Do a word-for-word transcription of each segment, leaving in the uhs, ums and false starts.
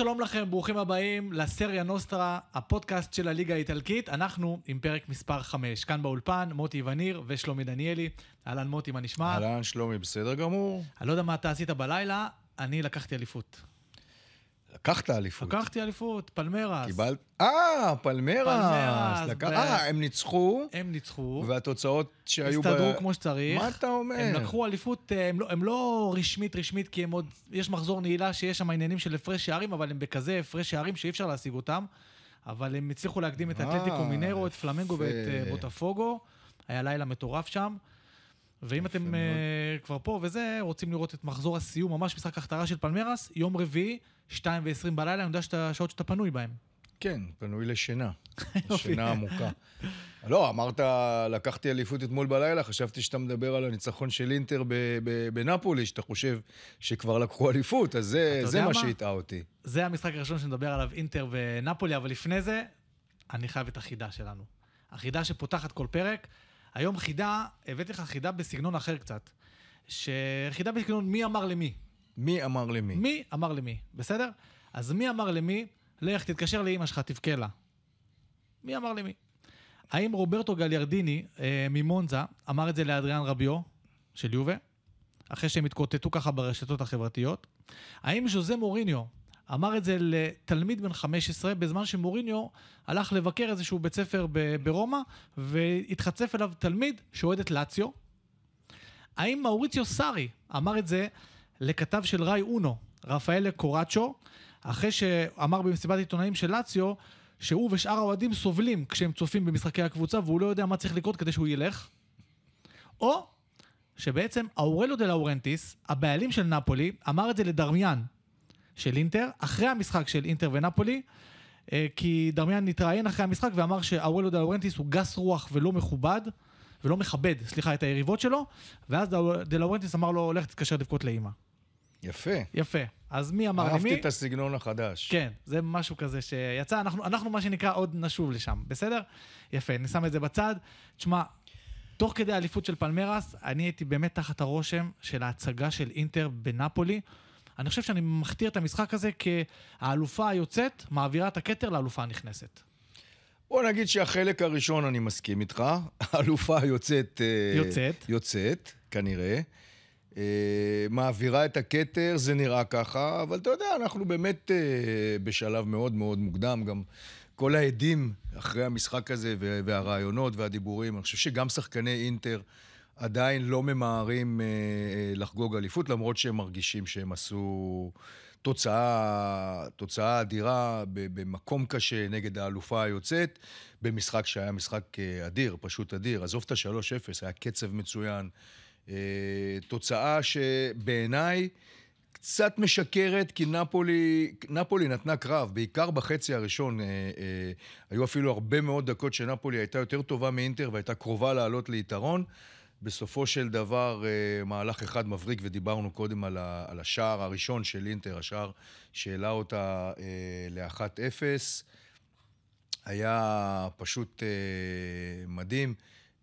שלום לכם, ברוכים הבאים לסריה נוסטרה, הפודקאסט של הליגה האיטלקית. אנחנו עם פרק מספר חמש, כאן באולפן, מוטי וניר ושלומי דניאלי. אהלן מוטי, מה נשמע? אהלן שלומי, בסדר גמור. אני לא יודע מה אתה עשית בלילה, אני לקחתי אליפות. לקחת אליפות. לקחתי אליפות, פלמרס. קיבלת... אה, פלמרס. פלמרס. לק... אה, הם ניצחו. הם ניצחו. והתוצאות שהיו... הסתדרו ב... כמו שצריך. מה אתה אומר? הם לקחו אליפות, הם לא, הם לא רשמית רשמית, כי הם עוד... יש מחזור נעילה שיש שם עניינים של הפרש שערים, אבל הם בכזה הפרש שערים שאי אפשר להשיג אותם. אבל הם הצליחו להקדים את אתלטיקו מינרו, את פלמנגו ואת בוטפוגו. היה לילה מטורף שם. ואם אתם uh, כבר פה וזה, רוצים לראות את מחזור הסיום, ממש משחק הכתרה של פלמרס, יום רביעי, שתיים ועשרים בלילה, אני יודע שאתה שעות שאתה פנוי בהם. כן, פנוי לשינה. שינה עמוקה. לא, אמרת, לקחתי אליפות אתמול בלילה, חשבתי שאתה מדבר על הניצחון של אינטר בנפולי, שאתה חושב שכבר לקחו אליפות, אז זה, זה מה שהטעה אותי. זה המשחק הראשון שנדבר עליו, אינטר ונפולי, אבל לפני זה, אני חייב את החידה שלנו. החידה שפותחת כל פרק, היום חידה, הבאתי לך חידה בסגנון אחר קצת, שחידה בסגנון מי אמר למי. מי אמר למי? מי אמר למי, בסדר? אז מי אמר למי? לך, תתקשר לאמא שלך, תבכה לה. מי אמר למי? האם רוברטו גליארדיני אה, ממונזה אמר את זה לאדריאן רביו של יובה, אחרי שהם התקוטטו ככה ברשתות החברתיות? האם ז'וזה מוריניו אמר את זה לתלמיד בן חמש עשרה, בזמן שמוריניו הלך לבקר איזשהו בית ספר ברומא, והתחצף אליו תלמיד שאוהד את לאציו? האם מאוריציו סארי אמר את זה לכתב של ראי אונו, רפאל קורצ'ו, אחרי שאמר במסיבת עיתונאים של לאציו, שהוא ושאר האוהדים סובלים כשהם צופים במשחקי הקבוצה, והוא לא יודע מה צריך לקרות כדי שהוא ילך? או שבעצם אורלו דה לאורנטיס, הבעלים של נפולי, אמר את זה לדרמיאן, של אינטר, אחרי המשחק של אינטר ונפולי, כי דרמיאן נתראיין אחרי המשחק ואמר שאורלו דה לאורנטיס הוא גס רוח ולא מכובד, ולא מכבד, סליחה, את היריבות שלו, ואז דה לאורנטיס אמר לו, הולך תתקשר לבכות לאמא. יפה. יפה. אז מי אמר למי? אהבתי את הסגנון החדש. כן, זה משהו כזה שיצא, אנחנו, אנחנו מה שנקרא עוד נשוב לשם, בסדר? יפה, נשים את זה בצד. תשמע, תוך כדי האליפות של פלמרס, אני הייתי באמת תחת הרושם של ההצגה של אינטר בנפולי, אני חושב שאני מכתיר את המשחק הזה כהאלופה היוצאת, מעבירה את הכתר לאלופה הנכנסת. בוא נגיד שהחלק הראשון אני מסכים איתך, האלופה יוצאת, יוצאת, יוצאת, כנראה, מעבירה את הכתר, זה נראה ככה, אבל אתה יודע, אנחנו באמת בשלב מאוד מאוד מוקדם, גם כל העדים אחרי המשחק הזה והרעיונות והדיבורים, אני חושב שגם שחקני אינטר, עדיין לא ממהרים אה, לחגוג אליפות, למרות שהם מרגישים שהם עשו תוצאה, תוצאה אדירה במקום קשה נגד האלופה היוצאת, במשחק שהיה משחק אדיר, פשוט אדיר. עזוב את ה-שלוש אפס, היה קצב מצוין. אה, תוצאה שבעיניי קצת משקרת, כי נפולי, נפולי נתנה קרב, בעיקר בחצי הראשון. אה, אה, היו אפילו הרבה מאוד דקות שנפולי הייתה יותר טובה מאינטר, והייתה קרובה לעלות ליתרון. בסופו של דבר, מהלך אחד מבריק, ודיברנו קודם על השער הראשון של אינטר, השער שהעלה אותה ל-אחת אפס. היה פשוט מדהים.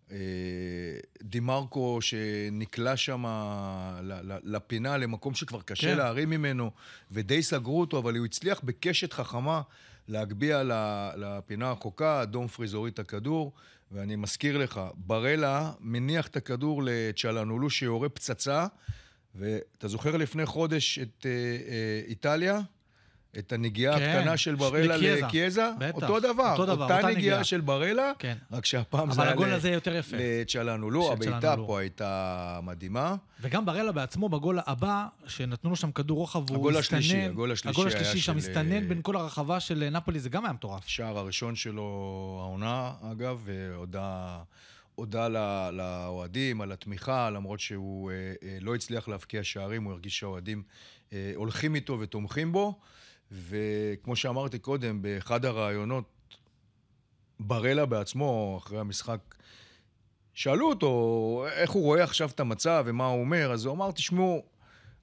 דימרקו שנקלע שם לפינה, למקום שכבר קשה כן. להרים ממנו, ודי סגרו אותו, אבל הוא הצליח בקשת חכמה להגביע לפינה החוקה, דום פריז הוריד את הכדור, ואני מזכיר לך, ברלה מניח את הכדור לצ'לנולו שיורה פצצה, ואתה זוכר לפני חודש את אה, אה, איטליה? את הנגיעה כן. הקטנה של ברלה לקיאזה? אותו דבר, אותו דבר, אותה, אותה נגיעה נגיע. של ברלה, כן. רק שהפעם זה היה הגול הזה יותר יפה. לצ'לנולו, הביתה פה הייתה מדהימה. וגם ברלה בעצמו, בגול הבא, שנתנו לו שם כדור רוחב, הגול השלישי, הגול השלישי, הגול השלישי שם מסתנן בין כל הרחבה של נפולי, זה גם היה מטורף. שער הראשון שלו העונה, אגב, והודע... הודע לאוהדים על התמיכה, למרות שהוא אה, אה, לא הצליח להבקיע שערים, הוא הרגיש שהאוהדים אה, הולכים איתו ותומכים בו, וכמו שאמרתי קודם, באחד הרעיונות, ברלה בעצמו, אחרי המשחק, שאלו אותו איך הוא רואה עכשיו את המצב ומה הוא אומר, אז הוא אמר, תשמעו,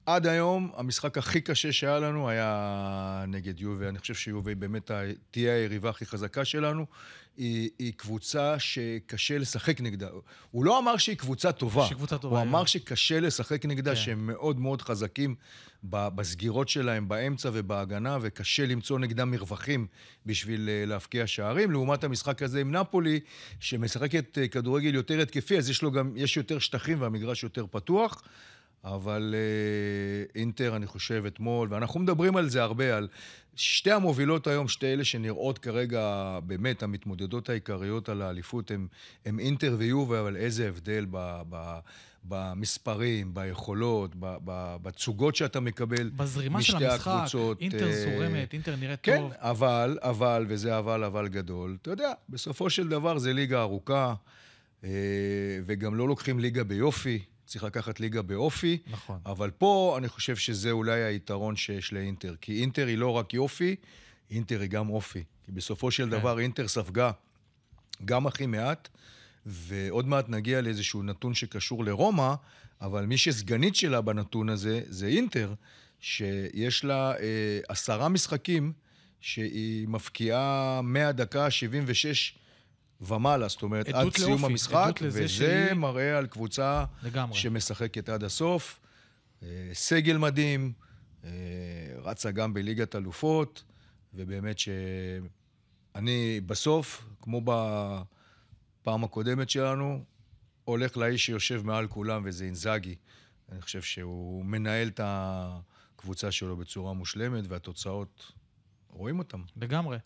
עד היום, המשחק הכי קשה שהיה לנו היה נגד יובה. אני חושב שיובה באמת תהיה היריבה הכי חזקה שלנו. היא, היא קבוצה שקשה לשחק נגדה. הוא לא אמר שהיא קבוצה טובה. שהיא קבוצה טובה. הוא אמר שקשה לשחק נגדה, כן. שהם מאוד מאוד חזקים בסגירות שלהם, באמצע ובהגנה, וקשה למצוא נגדם מרווחים בשביל להפקיע שערים. לעומת המשחק הזה עם נפולי, שמשחקת כדורגל יותר התקפי, אז יש לו גם, יש יותר שטחים והמגרש יותר פתוח. אבל אה, אינטר, אני חושב, אתמול, ואנחנו מדברים על זה הרבה, על שתי המובילות היום, שתי אלה שנראות כרגע, באמת, המתמודדות העיקריות על האליפות, הם, הם אינטר ויובה, אבל איזה הבדל ב, ב, במספרים, ביכולות, ב, ב, בתצוגות שאתה מקבל בזרימה של המשחק, הקבוצות, אינטר זורמת, אינטר נראית כן, טוב. כן, אבל, אבל, וזה אבל, אבל גדול, אתה יודע, בסופו של דבר זה ליגה ארוכה, אה, וגם לא לוקחים ליגה ביופי, צריך לקחת ליגה באופי, נכון. אבל פה אני חושב שזה אולי היתרון שיש לאינטר, כי אינטר היא לא רק יופי, אינטר היא גם אופי. כי בסופו של כן. דבר אינטר ספגה גם הכי מעט, ועוד מעט נגיע לאיזשהו נתון שקשור לרומא, אבל מי שסגנית שלה בנתון הזה זה אינטר, שיש לה אה, עשרה משחקים שהיא מפקיעה מהדקה שבעים ושש ומעלה, זאת אומרת, עד סיום לאופי, המשחק, וזה שהיא... מראה על קבוצה לגמרי. שמשחקת עד הסוף. סגל מדהים, רצה גם בליגת אלופות, ובאמת שאני בסוף, כמו בפעם הקודמת שלנו, הולך לאיש שיושב מעל כולם, וזה אינזאגי. אני חושב שהוא מנהל את הקבוצה שלו בצורה מושלמת, והתוצאות, רואים אותם. לגמרי.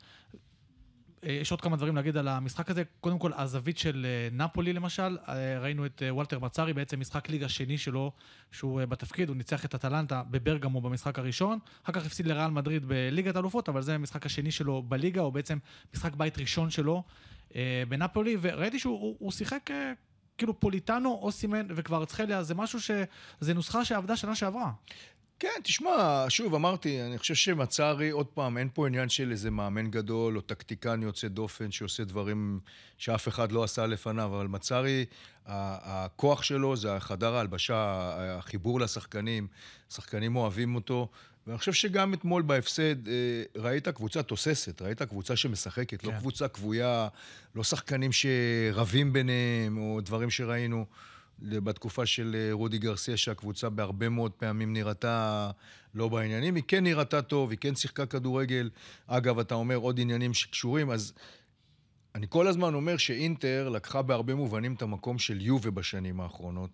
יש עוד כמה דברים להגיד על המשחק הזה. קודם כל, הזווית של נפולי למשל, ראינו את וולטר מצרי, בעצם משחק ליגה שני שלו, שהוא בתפקיד, הוא ניצח את אטלנטה בברגמו במשחק הראשון, אחר כך הפסיד לריאל מדריד בליגת אלופות, אבל זה המשחק השני שלו בליגה, או בעצם משחק בית ראשון שלו בנפולי, וראיתי שהוא הוא שיחק כאילו פוליטנו או סימן, וכבר צחליה, זה משהו ש... זה נוסחה שעבדה שנה שעברה. כן, תשמע, שוב, אמרתי, אני חושב שמצרי, עוד פעם, אין פה עניין של איזה מאמן גדול, או טקטיקן יוצא דופן, שעושה דברים שאף אחד לא עשה לפניו, אבל מצרי, הכוח שלו זה החדר ההלבשה, החיבור לשחקנים, שחקנים אוהבים אותו, ואני חושב שגם אתמול בהפסד, ראית קבוצה תוססת, ראית קבוצה שמשחקת, כן. לא קבוצה קבויה, לא שחקנים שרבים ביניהם, או דברים שראינו, בתקופה של רודי גרסיה, שהקבוצה בהרבה מאוד פעמים נראתה לא בעניינים. היא כן נראתה טוב, היא כן שיחקה כדורגל. אגב, אתה אומר עוד עניינים שקשורים, אז אני כל הזמן אומר שאינטר לקחה בהרבה מובנים את המקום של יובה בשנים האחרונות,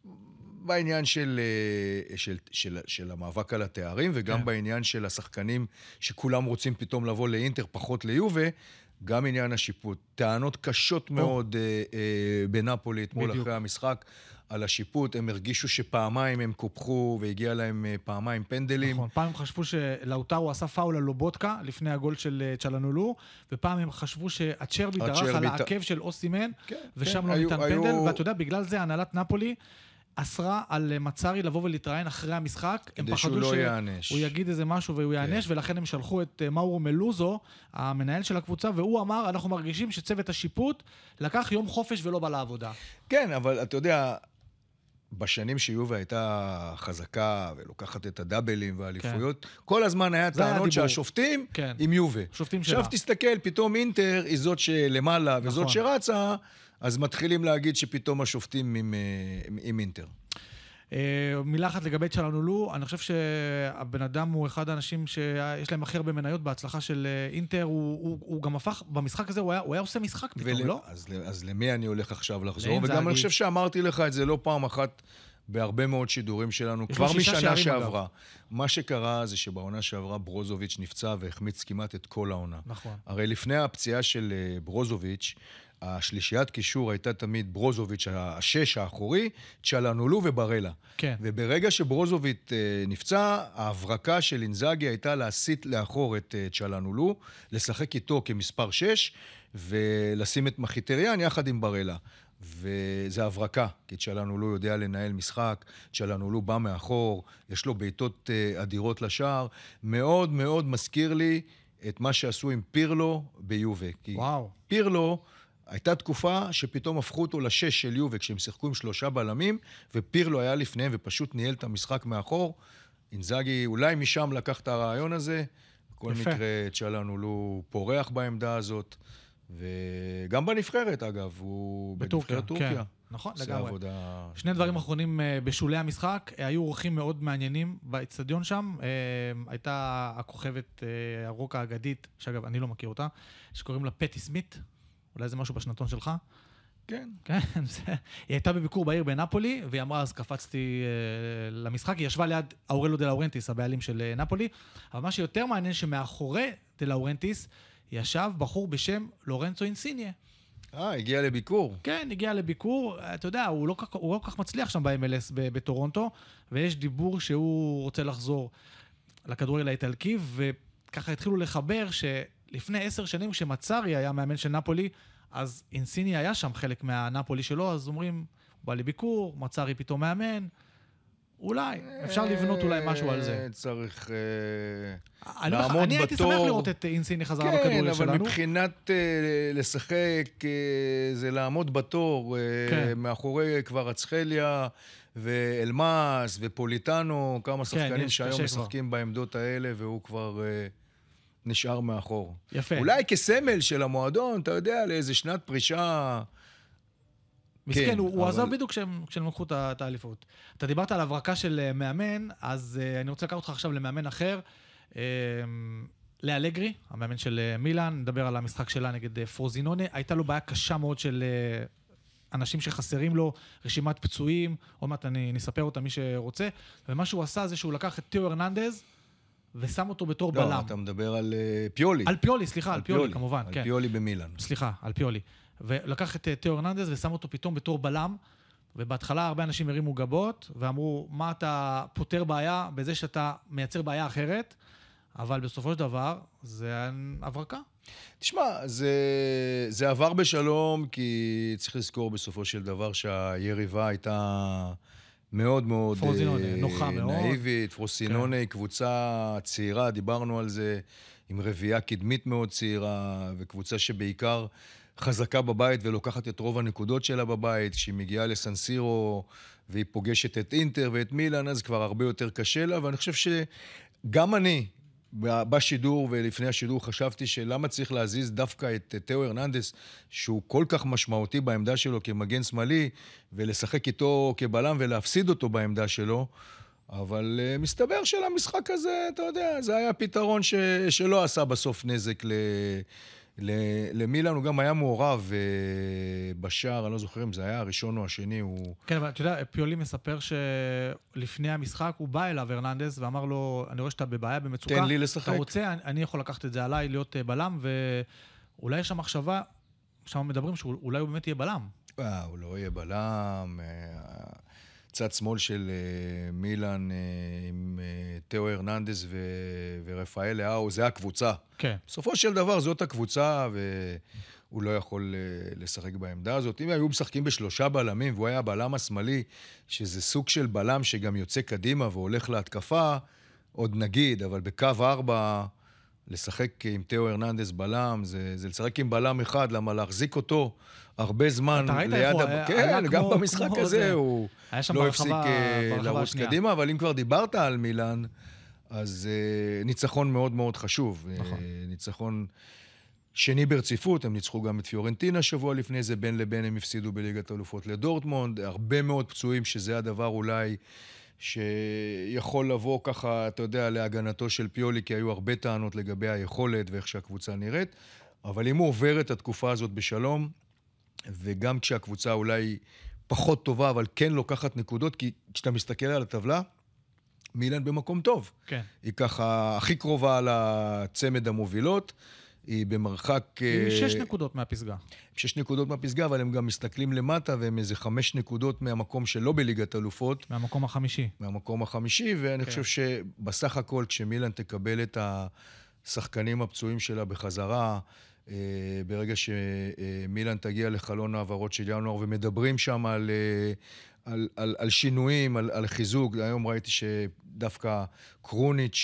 בעניין של, של, של, של המאבק על התארים, וגם כן. בעניין של השחקנים שכולם רוצים פתאום לבוא לאינטר, פחות ליובה, גם עניין השיפוט. טענות קשות מאוד אה, אה, בנפולי אתמול אחרי המשחק על השיפוט. הם הרגישו שפעמיים הם קופחו והגיע להם אה, פעמיים פנדלים. נכון, פעם הם חשבו שלאוטרו עשה פאול על לובוטקה לפני הגול של צ'לנולו, ופעם הם חשבו שהצ'רבי דרך על העקב של אוסימן, כן, ושם כן, לא היו, ניתן היו... פנדל, ואתה יודע, בגלל זה הנהלת נפולי אסרה על מצרי לבוא ולהתראיין אחרי המשחק. הם פחדו שהוא לא יגיד איזה משהו והוא יענש, כן. ולכן הם שלחו את מאורו מלוזו, המנהל של הקבוצה, והוא אמר, אנחנו מרגישים שצוות השיפוט לקח יום חופש ולא בא לעבודה. כן, אבל אתה יודע, בשנים שיובה הייתה חזקה ולוקחת את הדאבלים והאליפויות, כן. כל הזמן היה טענות שהשופטים כן. עם יובה. עכשיו תסתכל, פתאום אינטר היא זאת שלמעלה, נכון. וזאת שרצה, אז מתחילים להגיד שפתאום השופטים עם, עם אינטר. מילה אחת לגבי צ'לנולו, אני חושב שהבן אדם הוא אחד האנשים שיש להם הכי הרבה מניות בהצלחה של אינטר, הוא, הוא, הוא גם הפך, במשחק הזה הוא היה, הוא היה עושה משחק פתאום, ול... לא? אז, אז למי אני הולך עכשיו לחזור? וגם אני חושב שאמרתי לך את זה לא פעם אחת בהרבה מאוד שידורים שלנו, כבר משנה שעברה. אגב. מה שקרה זה שבעונה שעברה ברוזוביץ' נפצע והחמיץ כמעט את כל העונה. נכון. הרי לפני הפציעה של ברוזוביץ', השלישיית קישור הייתה תמיד ברוזוביץ' השש האחורי, צ'לנולו וברלה. כן. וברגע שברוזוביץ' נפצע, ההברקה של אינזאגי הייתה להסיט לאחור את צ'לנולו, לשחק איתו כמספר שש, ולשים את מחיטריאן יחד עם ברלה. וזה הברקה, כי צ'לנולו יודע לנהל משחק, צ'לנולו בא מאחור, יש לו בעיטות אדירות לשער, מאוד מאוד מזכיר לי את מה שעשו עם פירלו ביובה. וואו. פירלו, הייתה תקופה שפתאום הפכו אותו לשש של יובה, כשהם שיחקו עם שלושה בלמים, ופירלו היה לפניהם ופשוט ניהל את המשחק מאחור. אינזאגי אולי משם לקח את הרעיון הזה. בכל יפה. מקרה, צ'אלנוגלו פורח בעמדה הזאת, וגם בנבחרת, אגב, הוא בטורקיה, בנבחרת טורקיה. כן. נכון, עושה לגמרי. עבודה... שני דברים אחרונים אה, בשולי המשחק, אה, היו אורחים מאוד מעניינים באצטדיון שם, אה, הייתה הכוכבת אה, הרוק האגדית, שאגב, אני לא מכיר אותה, שקוראים לה פטי סמית, אולי זה משהו בשנתון שלך. כן. כן, זה... היא הייתה בביקור בעיר בנפולי, והיא אמרה, אז קפצתי אה, למשחק, היא ישבה ליד אורלו דה לאורנטיס, הבעלים של אה, נפולי, אבל מה שיותר מעניין, שמאחורי דה לאורנטיס, ישב בחור בשם לורנצו אינסיניה. אה, הגיע לביקור. כן, הגיע לביקור, אתה יודע, הוא לא, הוא לא כך מצליח שם ב-אם אל אס בטורונטו, ויש דיבור שהוא רוצה לחזור לכדורגל האיטלקי, וככה התחילו לחבר שלפני עשר שנים, כשמצרי היה מאמן של נפולי, אז אינסיני היה שם חלק מהנפולי שלו, אז אומרים, הוא בא לביקור, מצרי פתאום מאמן, אולי, אפשר לבנות אולי משהו על זה. צריך אני לעמוד בתור. אני הייתי שמח לראות את אינסיני חזרה בכדורגל שלנו. כן, אבל מבחינת לשחק, זה לעמוד בתור, מאחורי כבר אצחליה ואלמאס ופוליטנו, כמה שחקנים שהיום משחקים בעמדות האלה, והוא כבר נשאר מאחור. יפה. אולי כסמל של המועדון, אתה יודע, לאיזה שנת פרישה... מסכן, הוא עזב בדיוק כשהם לקחו את האליפות. אתה דיברת על הברקה של מאמן, אז אני רוצה לקחת אותך עכשיו למאמן אחר, לאלגרי, המאמן של מילאן, נדבר על המשחק שלה נגד פרוזינונה, הייתה לו בעיה קשה מאוד של אנשים שחסרים לו, רשימת פצועים, עוד מעט אני נספר אותה מי שרוצה, ומה שהוא עשה זה שהוא לקח את תיאו הרננדז, ושם אותו בתור בלם. לא, אתה מדבר על פיולי. על פיולי, סליחה, על פיולי כמובן. על פיולי במילאן. סליחה, על פיולי. ולקח את תיאו הרננדז ושם אותו פתאום בתור בלם, ובהתחלה הרבה אנשים הרימו גבות, ואמרו, מה אתה פותר בעיה בזה שאתה מייצר בעיה אחרת, אבל בסופו של דבר, זה הברקה. תשמע, זה, זה עבר בשלום, כי צריך לזכור בסופו של דבר שהיריבה הייתה מאוד מאוד פרוזינונה, נוחה מאוד. נאיבית. פרוזינונה היא קבוצה צעירה, דיברנו על זה, עם רביעייה קדמית מאוד צעירה, וקבוצה שבעיקר חזקה בבית ולוקחת את רוב הנקודות שלה בבית. כשהיא מגיעה לסנסירו והיא פוגשת את אינטר ואת מילאן, אז כבר הרבה יותר קשה לה, ואני חושב שגם אני, בשידור ולפני השידור, חשבתי שלמה צריך להזיז דווקא את תיאו הרננדס, שהוא כל כך משמעותי בעמדה שלו כמגן שמאלי, ולשחק איתו כבלם ולהפסיד אותו בעמדה שלו. אבל uh, מסתבר שלמשחק הזה, אתה יודע, זה היה פתרון ש... שלא עשה בסוף נזק ל... ל... למילאן. הוא גם היה מעורב uh, בשער, אני לא זוכר אם זה היה הראשון או השני. הוא... כן, אבל אתה יודע, פיולי מספר שלפני המשחק הוא בא אליו הרננדס ואמר לו, אני רואה שאתה בבעיה, במצוקה. תן לי לשחק. אתה רוצה, אני, אני יכול לקחת את זה עליי, להיות uh, בלם, ואולי יש שם מחשבה, שם מדברים שאולי הוא באמת יהיה בלם. אה, הוא לא יהיה בלם. צד שמאל של מילאן עם תיאו הרננדס ורפאל לאהו, זה הקבוצה. כן. בסופו של דבר זאת הקבוצה, והוא לא יכול לשחק בעמדה הזאת. אם היו משחקים בשלושה בלמים, והוא היה הבלם השמאלי, שזה סוג של בלם שגם יוצא קדימה והולך להתקפה, עוד נגיד, אבל בקו ארבע, לשחק עם תיאו הרננדס בלם, זה, זה לשחק עם בלם אחד, למה להחזיק אותו הרבה זמן ליד... הב... כן, גם כמו, במשחק כמו הזה זה. הוא לא הפסיק לרוץ קדימה, אבל אם כבר דיברת על מילאן, אז uh, ניצחון מאוד מאוד חשוב. נכון. Uh, ניצחון שני ברציפות, הם ניצחו גם את פיורנטינה שבוע לפני זה, בין לבין הם הפסידו בליגת האלופות לדורטמונד, הרבה מאוד פצועים שזה הדבר אולי... שיכול לבוא ככה, אתה יודע, להגנתו של פיולי, כי היו הרבה טענות לגבי היכולת ואיך שהקבוצה נראית, אבל אם הוא עובר את התקופה הזאת בשלום, וגם כשהקבוצה אולי פחות טובה, אבל כן לוקחת נקודות, כי כשאתה מסתכל על הטבלה, מילאן במקום טוב. כן. היא ככה הכי קרובה על הצמד המובילות, היא במרחק... היא שש נקודות מהפסגה. שש נקודות מהפסגה, אבל הם גם מסתכלים למטה, והם איזה חמש נקודות מהמקום שלא בליגת אלופות. מהמקום החמישי. מהמקום החמישי, ואני כן. חושב שבסך הכל, כשמילאן תקבל את השחקנים הפצועים שלה בחזרה, ברגע שמילאן תגיע לחלון העברות של ינואר, ומדברים שם על, על, על, על שינויים, על, על חיזוק. היום ראיתי שדווקא קרוניץ'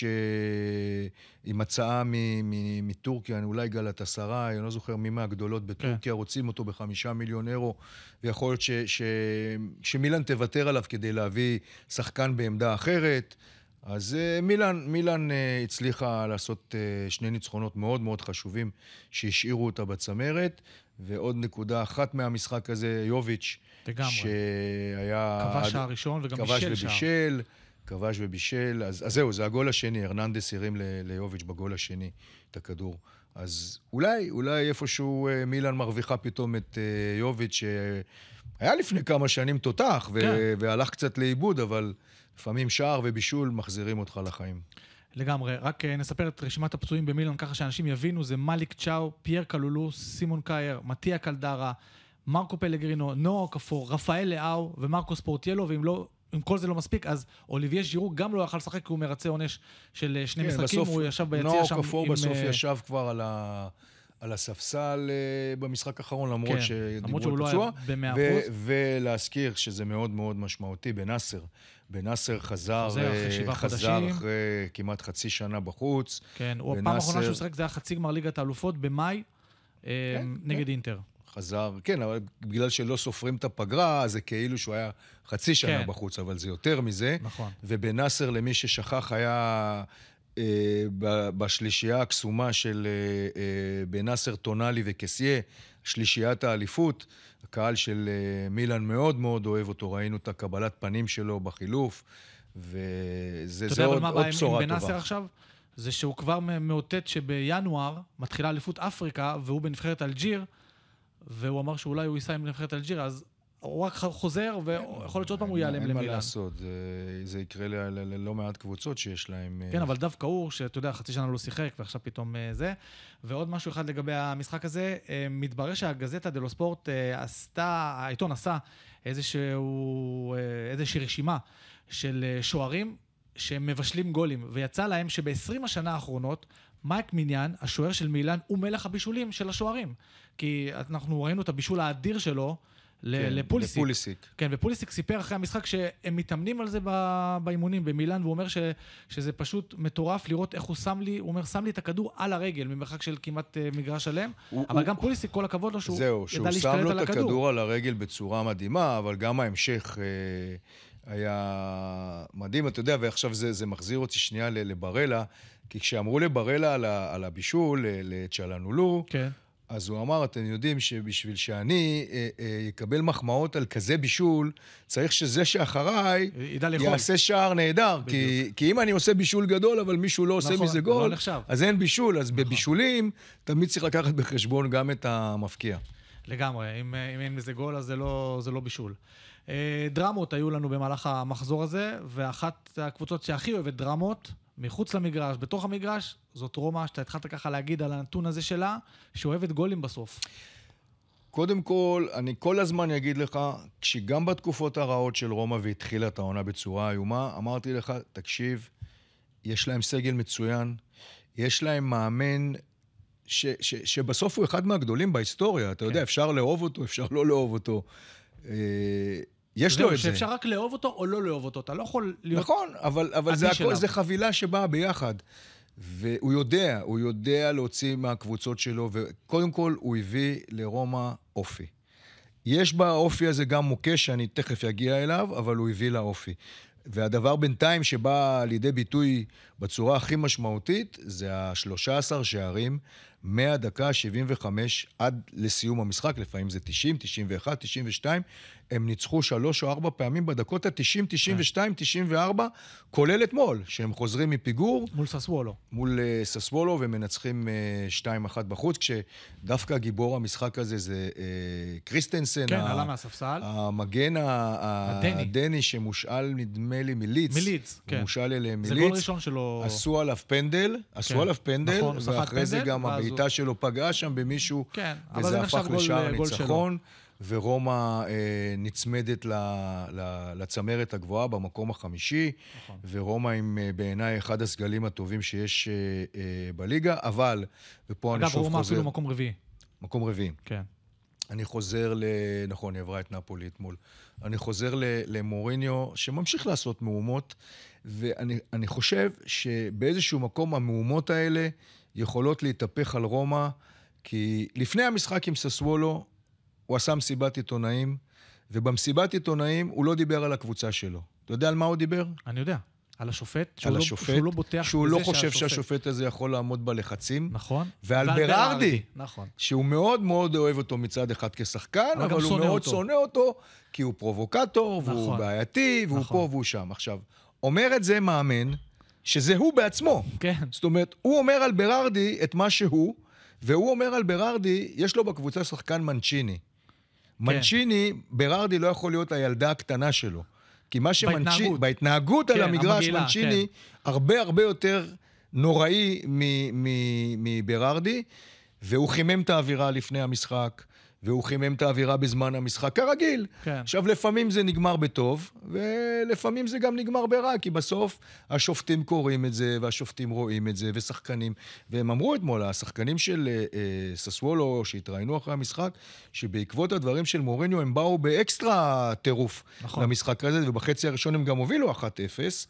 עם הצעה מטורקיה, אולי גלאטסראי, אני לא זוכר מי מהגדולות בטורקיה, כן. רוצים אותו בחמישה מיליון אירו, ויכול להיות ש, ש, שמילאן תוותר עליו כדי להביא שחקן בעמדה אחרת. אז מילאן, מילאן הצליחה לעשות שני ניצחונות מאוד מאוד חשובים שהשאירו אותה בצמרת, ועוד נקודה אחת מהמשחק הזה, יוביץ', לגמרי. שהיה... כבש הראשון וגם כבש בישל שם. ובישל, כבש ובישל, אז, אז זהו, זה הגול השני, הרננדס הרים ליוביץ' בגול השני את הכדור. אז אולי, אולי איפשהו מילאן מרוויחה פתאום את יוביץ' שהיה לפני כמה שנים תותח, ו- כן. והלך קצת לאיבוד, אבל לפעמים שער ובישול מחזירים אותך לחיים. לגמרי, רק נספר את רשימת הפצועים במילאן ככה שאנשים יבינו, זה מאליק צ'או, פייר קלולו, סימון קייר, מתיה קלדרה, מרקו פלגרינו, נועה קפור, רפאל לאו ומרקו ספורטיאלו, ואם לא, אם כל זה לא מספיק, אז אוליביה ז'ירו גם לא יכל לשחק, כי הוא מרצה עונש של שני כן, משחקים, בסוף, הוא ישב ביציע שם. נועה קפור בסוף עם... ישב כבר על, ה... על הספסל במשחק האחרון, למרות כן, שדיברו את פצוע, ו... ולהזכיר שזה מאוד מאוד משמעותי בנאסר. בנאסר חזר, חזר, חזר אחרי כמעט חצי שנה בחוץ. כן, הוא הפעם האחרונה שהוא שחק, זה היה חצי גמר ליגת האלופות במאי, כן, נגד כן. אינטר. חזר, כן, אבל בגלל שלא סופרים את הפגרה, אז זה כאילו שהוא היה חצי שנה כן. בחוץ, אבל זה יותר מזה. נכון. ובנאסר, למי ששכח, היה אה, בשלישייה הקסומה של אה, אה, בנאסר, טונאלי וקסיה, שלישיית האליפות, הקהל של אה, מילאן מאוד מאוד אוהב אותו, ראינו את הקבלת פנים שלו בחילוף, וזה זה עוד, עוד בשורה טובה. בנאסר עכשיו? זה שהוא כבר מאותת שבינואר מתחילה אליפות אפריקה, והוא בנבחרת אלג'יר, והוא אמר שאולי הוא ייסע עם נבחרת אלג'יר, אז הוא רק חוזר, ויכול להיות שעוד פעם הוא ייעלם למילאן. אין מה לעשות, זה יקרה ללא מעט קבוצות שיש להם... כן, אבל דווקא הוא, שאתה יודע, חצי שנה לא שיחק, ועכשיו פתאום זה. ועוד משהו אחד לגבי המשחק הזה, מתברר שהגזטה דלו ספורט עשתה, העיתון עשה איזשהו, איזושהי רשימה של שוערים שמבשלים גולים, ויצא להם שב-עשרים השנה האחרונות, מייק מיניאן, השוער של מילאן, הוא מלך הבישולים של השוערים. כי אנחנו ראינו את הבישול האדיר שלו כן, לפוליסיק. לפוליסיק. כן, ופוליסיק סיפר אחרי המשחק שהם מתאמנים על זה באימונים במילאן, והוא אומר ש, שזה פשוט מטורף לראות איך הוא שם לי, הוא אומר, שם לי את הכדור על הרגל, ממרחק של כמעט מגרש שלם, הוא, אבל הוא, גם פוליסיק, כל הכבוד לו שהוא זהו, ידע להשתלט על הכדור. זהו, שהוא שם לו את הכדור על הרגל בצורה מדהימה, אבל גם ההמשך... אה, היה מדהים, אתה יודע, ועכשיו זה, זה מחזיר אותי שנייה לברלה, כי כשאמרו לברלה על, על הבישול, לצ'לנולו, כן. אז הוא אמר, אתם יודעים שבשביל שאני אה, אה, יקבל מחמאות על כזה בישול, צריך שזה שאחריי יעשה שער נהדר, כי, כי אם אני עושה בישול גדול, אבל מישהו לא עושה נכון, מזה גול, לא אז אין בישול, אז נכון. בבישולים תמיד צריך לקחת בחשבון גם את המפקיע. לגמרי, אם, אם אין מזה גול, אז זה לא, זה לא בישול. דרמות היו לנו במהלך המחזור הזה, ואחת הקבוצות שהכי אוהבת דרמות, מחוץ למגרש, בתוך המגרש, זאת רומא, שאתה התחלת ככה להגיד על הנתון הזה שלה, שאוהבת גולים בסוף. קודם כל, אני כל הזמן אגיד לך, כשגם בתקופות הרעות של רומא והתחילה את העונה בצורה איומה, אמרתי לך, תקשיב, יש להם סגל מצוין, יש להם מאמן ש, ש, שבסוף הוא אחד מהגדולים בהיסטוריה, אתה כן. יודע, אפשר לאהוב אותו, אפשר לא לאהוב אותו. יש לו את זה. שאפשר רק לאהוב אותו או לא לאהוב אותו, אתה לא יכול להיות... נכון, אבל, אבל זה, הכל, זה חבילה שבאה ביחד. והוא יודע, הוא יודע להוציא מהקבוצות שלו, וקודם כל הוא הביא לרומא אופי. יש באופי הזה גם מוקש שאני תכף אגיע אליו, אבל הוא הביא לה אופי. והדבר בינתיים שבא לידי ביטוי בצורה הכי משמעותית, זה ה-שלושה עשר שערים, מהדקה שבעים וחמש עד לסיום המשחק, לפעמים זה תשעים, תשעים ואחת, תשעים ושתיים, הם ניצחו שלוש או ארבע פעמים בדקות ה-תשעים, תשעים ושתיים, תשעים וארבע, כולל אתמול, שהם חוזרים מפיגור. מול ססוולו. מול uh, ססוולו, ומנצחים uh, שתיים אחת בחוץ, כשדווקא גיבור המשחק הזה זה uh, קריסטנסן. כן, עלה מהספסל. המגן הדני. הדני שמושאל, נדמה לי, מיליץ. מיליץ, כן. מושאל אליהם מיליץ. זה גול ראשון שלו. עשו עליו פנדל, עשו כן. עליו פנדל, נכון, ואחרי זה גם הבעיטה הוא... שלו פגעה שם במישהו, כן, וזה הפך לשער ניצחון. ורומא אה, נצמדת ל, ל, לצמרת הגבוהה במקום החמישי, נכון. ורומא עם אה, בעיניי אחד הסגלים הטובים שיש אה, אה, בליגה, אבל, ופה אני שוב חוזר... אגב, רומא אפילו מקום רביעי. מקום רביעי. כן. אני חוזר ל... נכון, היא עברה את נפולי אתמול. אני חוזר ל... למוריניו, שממשיך לעשות מהומות, ואני אני חושב שבאיזשהו מקום המהומות האלה יכולות להתהפך על רומא, כי לפני המשחק עם ססוולו, הוא עשה מסיבת עיתונאים, ובמסיבת עיתונאים הוא לא דיבר על הקבוצה שלו. אתה יודע על מה הוא דיבר? אני יודע. על השופט, על שהוא, השופט, לא, שהוא לא בוטח שהוא לא בזה חושב שהשופט... שהשופט הזה יכול לעמוד בלחצים. נכון. ועל ברארדי, נכון. שהוא מאוד מאוד אוהב אותו מצד אחד כשחקן, אבל, אבל הוא מאוד אותו. שונא אותו, כי הוא פרובוקטור, נכון. והוא בעייתי, והוא נכון. פה והוא שם. עכשיו, אומר את זה מאמן, שזה הוא בעצמו. כן. זאת אומרת, הוא אומר על ברארדי את מה שהוא, והוא אומר על ברארדי, יש לו בקבוצה שחקן מנצ'יני. כן. מנצ'יני, ברארדי לא יכול להיות הילדה הקטנה שלו. כי מה שמנצ'יני, בהתנהגות כן, על המגרש, המגילה, מנצ'יני, כן. הרבה הרבה יותר נוראי מברארדי, והוא חימם את האווירה לפני המשחק, והוא חימם את האווירה בזמן המשחק, כרגיל. כן. עכשיו, לפעמים זה נגמר בטוב, ולפעמים זה גם נגמר ברע, כי בסוף השופטים קוראים את זה, והשופטים רואים את זה, ושחקנים, והם אמרו אתמול, השחקנים של אה, ססוולו, שהתראינו אחרי המשחק, שבעקבות הדברים של מוריניו, הם באו באקסטרה טירוף נכון. למשחק הזה, ובחצי הראשון הם גם הובילו אחת אפס,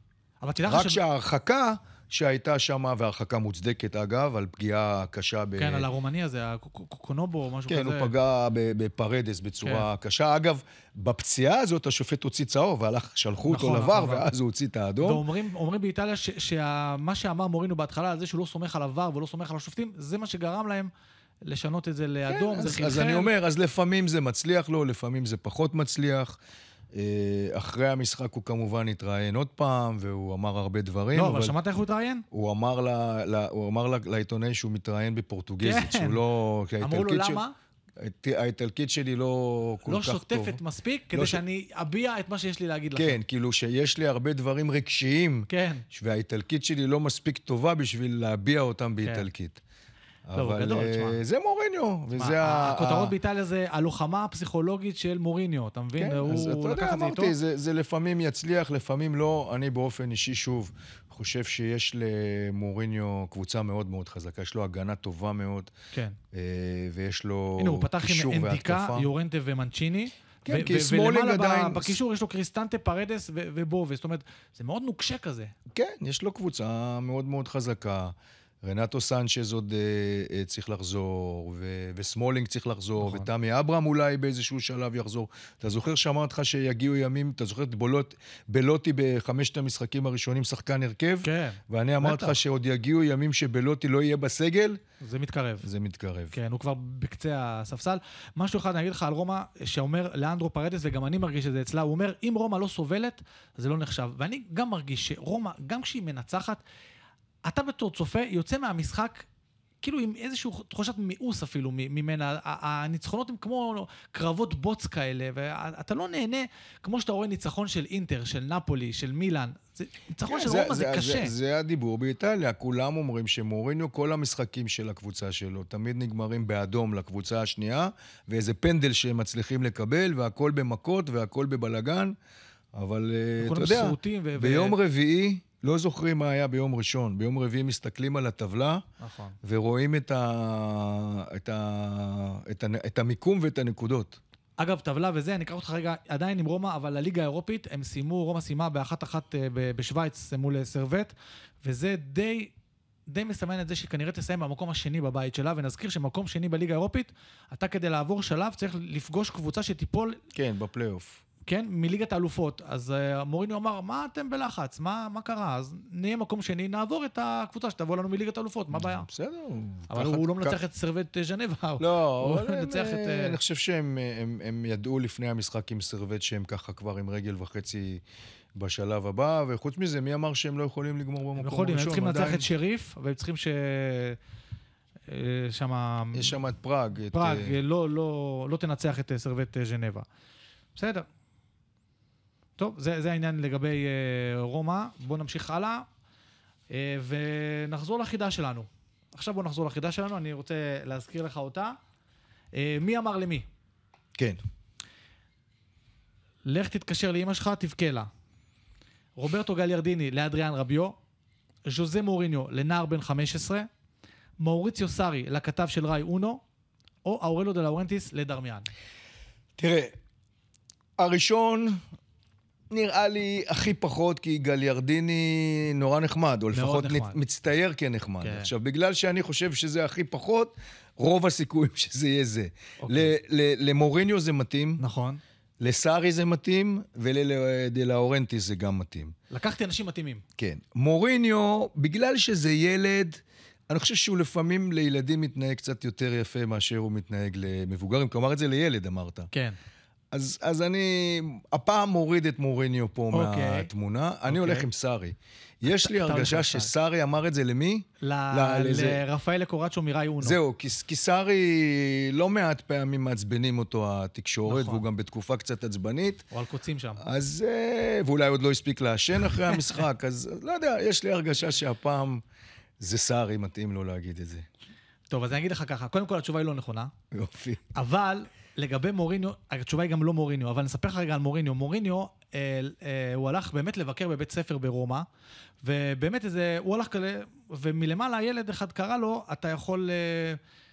רק ש... שההרחקה... שהייתה שם, והרחקה מוצדקת אגב, על פגיעה קשה ב... כן, על הרומני הזה, הקונובו או משהו כן, כזה. כן, הוא פגע בפרדס בצורה כן. קשה. אגב, בפציעה הזאת השופט הוציא צהוב, והלך, שלחו נכון, אותו לבר, נכון, ואז הוא הוציא את האדום. ואומרים אומרים באיטליה ש, שמה שאמר מורינו בהתחלה, על זה שהוא לא סומך על הבר ולא סומך על השופטים, זה מה שגרם להם לשנות את זה לאדום, כן, זה חלחל. אז אני אומר, אז לפעמים זה מצליח לו, לפעמים זה פחות מצליח. אחרי המשחק הוא כמובן התראיין עוד פעם, והוא אמר הרבה דברים. לא, אבל, אבל שמעת איך הוא התראיין? הוא אמר, לה, לה, הוא אמר לה, לעיתונאי שהוא מתראיין בפורטוגזית, כן. שהוא לא... אמרו לו למה? של... האיטלקית שלי לא כל לא כך טוב. לא שוטפת מספיק, כדי לא שאני ש... אביע את מה שיש לי להגיד לכם. כן, כאילו שיש לי הרבה דברים רגשיים, כן. והאיטלקית שלי לא מספיק טובה בשביל להביע אותם באיטלקית. כן. אבל גדול, זה מוריניו, וזה ה... הכותרות באיטליה זה הלוחמה הפסיכולוגית של מוריניו, אתה מבין? כן, אז אתה יודע, אמרתי, זה לפעמים יצליח, לפעמים לא. אני באופן אישי שוב חושב שיש למוריניו קבוצה מאוד מאוד חזקה, יש לו הגנה טובה מאוד, כן. ויש לו הנה, הוא פתח עם אנדיקה, יורנטה ומנצ'יני, כן, כי סמולינג עדיין... ולמעלה בקישור יש לו קריסטנטה, פרדס ובובה, זאת אומרת, זה מאוד נוקשה כזה. כן, יש לו קבוצה מאוד מאוד חזקה. רנטו סנצ'ז עוד אה, צריך לחזור, ו- וסמולינג צריך לחזור, נכון. ותמי אברהם אולי באיזשהו שלב יחזור. אתה זוכר שאמרת לך שיגיעו ימים, אתה זוכר את בולוט, בלוטי בחמשת המשחקים הראשונים שחקן הרכב? כן. ואני אמרתי לך שעוד יגיעו ימים שבלוטי לא יהיה בסגל? זה מתקרב. זה מתקרב. כן, הוא כבר בקצה הספסל. משהו אחד אני אגיד לך על רומא, שאומר לאנדרו פרדס, וגם אני מרגיש את זה אצלה, הוא אומר, אם רומא לא סובלת, זה לא נחשב. ואני גם מרגיש שרומא, גם כשהיא מנצחת, אתה בתור צופה יוצא מהמשחק כאילו עם איזושהי תחושת מיאוס אפילו ממנה. הניצחונות הם כמו קרבות בוץ כאלה, ואתה לא נהנה כמו שאתה רואה ניצחון של אינטר, של נפולי, של מילאן. ניצחון של רומא זה קשה. זה הדיבור באיטליה. כולם אומרים שמוריניו, כל המשחקים של הקבוצה שלו תמיד נגמרים באדום לקבוצה השנייה, ואיזה פנדל שהם מצליחים לקבל, והכל במכות והכל בבלגן. אבל אתה יודע, ביום רביעי לא זוכרים מה היה ביום ראשון. ביום רביעי מסתכלים על הטבלה, נכון. ורואים את, ה... את, ה... את, ה... את המיקום ואת הנקודות. אגב, טבלה וזה, אני אקרא אותך רגע עדיין עם רומא, אבל לליגה האירופית, הם סיימו, רומא סיימה באחת אחת בשוויץ מול סרבט, וזה די, די מסמן את זה שכנראה תסיים במקום השני בבית שלה, ונזכיר שמקום שני בליגה האירופית, אתה כדי לעבור שלב צריך לפגוש קבוצה שתיפול... כן, בפלייאוף. כן, מליגת האלופות. אז uh, מוריניו אמר, מה אתם בלחץ? מה, מה קרה? אז נהיה מקום שני, נעבור את הקבוצה שתבוא לנו מליגת האלופות, מה הבעיה? בסדר. אבל הוא לא מנצח את סרבט ז'נבה. לא, הוא מנצח את... אני חושב שהם הם ידעו לפני המשחק עם סרבט שהם ככה כבר עם רגל וחצי בשלב הבא, וחוץ מזה, מי אמר שהם לא יכולים לגמור במקום הראשון? יכולים, הם צריכים לנצח את שריף, והם צריכים ש... שמה... יש שם את פראג. פראג, לא, לא, לא תנצח את סרבט ז'נבה. בסדר. טוב, זה, זה העניין לגבי uh, רומא. בואו נמשיך הלאה, uh, ונחזור לחידה שלנו. עכשיו בואו נחזור לחידה שלנו, אני רוצה להזכיר לך אותה. Uh, מי אמר למי? כן. לך תתקשר לאמא שלך, תבכה לה. רוברטו גליארדיני לאדריאן רביו, ז'וזה מוריניו לנער בן חמש עשרה, מאוריציו סארי לכתב של ראי אונו, או אורלו דה לאורנטיס לדרמיאן? תראה, הראשון נראה לי הכי פחות, כי גליארדיני נורא נחמד, או לפחות נחמד. מצטייר כנחמד. כן. עכשיו, בגלל שאני חושב שזה הכי פחות, רוב הסיכויים שזה יהיה זה. אוקיי. למוריניו זה מתאים, נכון. לסארי זה מתאים, ולדה לאורנטיס זה גם מתאים. לקחתי אנשים מתאימים. כן. מוריניו, בגלל שזה ילד, אני חושב שהוא לפעמים לילדים מתנהג קצת יותר יפה מאשר הוא מתנהג למבוגרים. כלומר, את זה לילד, אמרת. כן. אז, אז אני הפעם מוריד את מוריניו פה אוקיי. מהתמונה. אני אוקיי. הולך עם סארי. יש לי אתה הרגשה הולך עם שסארי אמר את זה למי? ל- ל- לזה. לרפאל קורצ'ו מיראי אונו. זהו, כי, כי סארי לא מעט פעמים מעצבנים אותו התקשורת, נכון. והוא גם בתקופה קצת עצבנית. או על קוצים שם. אז, אה, ואולי עוד לא הספיק לעשן אחרי המשחק, אז לא יודע, יש לי הרגשה שהפעם זה סארי מתאים לו להגיד את זה. טוב, אז אני אגיד לך ככה. קודם כל, התשובה היא לא נכונה. יופי. אבל לגבי מוריניו, התשובה היא גם לא מוריניו, אבל נספר לך רגע על מוריניו. מוריניו, אה, אה, הוא הלך באמת לבקר בבית ספר ברומא, ובאמת איזה, הוא הלך כאלה, ומלמעלה ילד אחד קרא לו, אתה יכול אה,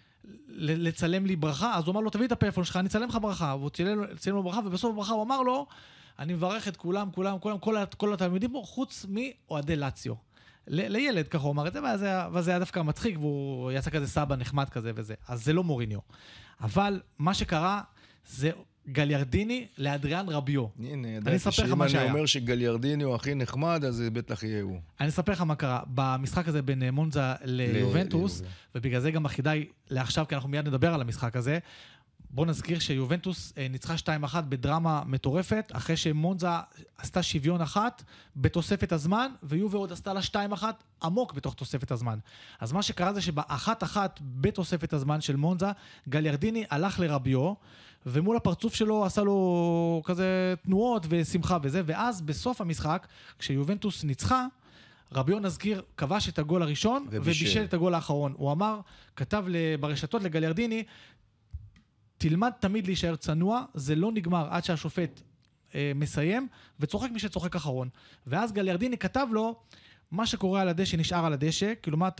ל- לצלם לי ברכה, אז הוא אמר לו, תביא את הפלאפון שלך, אני אצלם לך ברכה, והוא צילם, צילם לו ברכה, ובסוף הברכה הוא אמר לו, אני מברך את כולם, כולם, כולם, כל, כל התלמידים פה, חוץ מאוהדי לאציו. ל- לילד, ככה הוא אמר את זה, ואז היה, ואז היה דווקא מצחיק, והוא יצא כזה סבא נחמד כזה וזה. אז זה לא מוריניו. אבל מה שקרה זה גליארדיני לאדריאן רביו. הנה, אני ידעתי אספר לך שאם מה אני שהיה. אומר שגליארדיני הוא הכי נחמד, אז זה בטח יהיה הוא. אני אספר לך מה קרה. במשחק הזה בין מונזה ליובנטוס, ליובה. ובגלל זה גם החידה היא לעכשיו, כי אנחנו מיד נדבר על המשחק הזה, בוא נזכיר שיובנטוס אה, ניצחה שתיים אחת בדרמה מטורפת, אחרי שמונזה עשתה שוויון אחת בתוספת הזמן, ויובה עוד עשתה לה שתיים אחת עמוק בתוך תוספת הזמן. אז מה שקרה זה שבאחת אחת בתוספת הזמן של מונזה, גליארדיני הלך לרביו, ומול הפרצוף שלו עשה לו כזה תנועות ושמחה וזה, ואז בסוף המשחק, כשיובנטוס ניצחה, רביו נזכיר כבש את הגול הראשון, ובישל. ובישל את הגול האחרון. הוא אמר, כתב ברשתות לגליארדיני, תלמד תמיד להישאר צנוע, זה לא נגמר עד שהשופט אה, מסיים, וצוחק מי שצוחק אחרון. ואז גליארדיני כתב לו, מה שקורה על הדשא נשאר על הדשא, כאילו מה אתה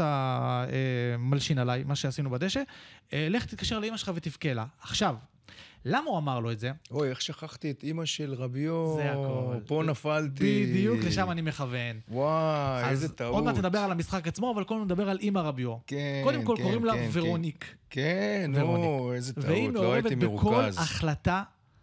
אה, מלשין עליי, מה שעשינו בדשא, אה, לך תתקשר לאמא שלך ותבכה לה. עכשיו, למה הוא אמר לו את זה? אוי, איך שכחתי את אמא של רביו. זה הכל. פה נפלתי. בדיוק, לשם אני מכוון. וואי, איזה טעות. אז עוד מעט נדבר על המשחק עצמו, אבל קודם נדבר על אמא רביו. כן, קודם כל כן, קוראים לה כן, ורוניק. כן, ורונית. נו, איזה והיא טעות, לא הייתי מעורבת בכל מרוכז. החלטה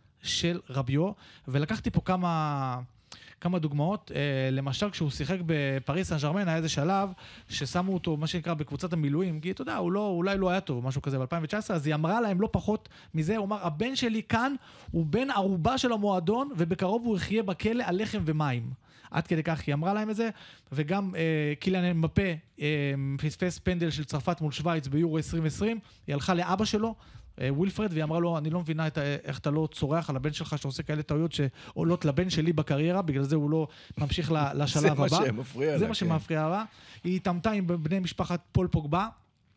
של רביו, ולקחתי פה כמה, כמה דוגמאות. אה, למשל, כשהוא שיחק בפריס סן ז'רמן, היה איזה שלב ששמו אותו, מה שנקרא, בקבוצת המילואים, כי אתה יודע, הוא לא, אולי לא היה טוב, משהו כזה ב-אלפיים תשע עשרה, אז היא אמרה להם לא פחות מזה, הוא אמר, הבן שלי כאן הוא בן ערובה של המועדון, ובקרוב הוא יחיה בכלא על לחם ומים. עד כדי כך היא אמרה להם את זה, וגם אה, קיליאן אמבפה אה, פספס פנדל של צרפת מול שוויץ ביורו עשרים עשרים, היא הלכה לאבא שלו, אה, ווילפרד, והיא אמרה לו, אני לא מבינה את, איך אתה לא צורח על הבן שלך שעושה כאלה טעויות שעולות לבן שלי בקריירה, בגלל זה הוא לא ממשיך לשלב הבא. זה מה שמפריע לה. זה מה שמפריע לה. היא התאמתה עם בני משפחת פול פוגבה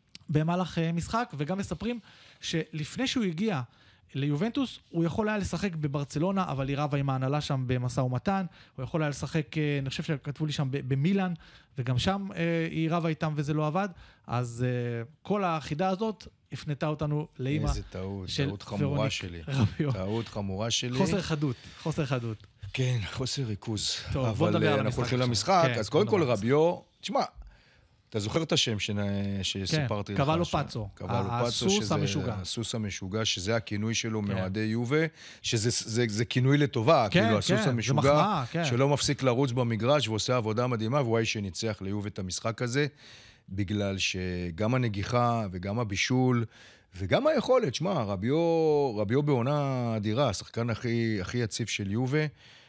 במהלך אה, משחק, וגם מספרים שלפני שהוא הגיע ליובנטוס, הוא יכול היה לשחק בברצלונה, אבל היא רבה עם ההנהלה שם במשא ומתן, הוא יכול היה לשחק, אני חושב שכתבו לי שם במילאן, וגם שם היא רבה איתם וזה לא עבד, אז כל החידה הזאת הפנתה אותנו לאמא איזה טעות, של טעות חמורה שלי. רביו. טעות חמורה שלי. חוסר חדות, חוסר חדות. כן, חוסר ריכוז. טוב, בוא נדבר על אבל המשחק אנחנו הולכים עכשיו. למשחק, כן, אז קודם בוא כל נרוץ. רביו, תשמע, אתה זוכר את השם שנ- שסיפרתי לך? קבלו ש- פאצו. קבלו פאצו, הסוס שזה- המשוגע. הסוס המשוגע, שזה הכינוי שלו כן. מאוהדי יובה, שזה זה- זה כינוי לטובה, כן, כאילו הסוס כן, זה המשוגע, מחמאה, כן. שלא מפסיק לרוץ במגרש ועושה עבודה מדהימה, והוא האיש שניצח ליובה את המשחק הזה, בגלל שגם הנגיחה וגם הבישול, וגם היכולת, שמע, רביו, רביו בעונה אדירה, השחקן הכי, הכי יציב של יובה,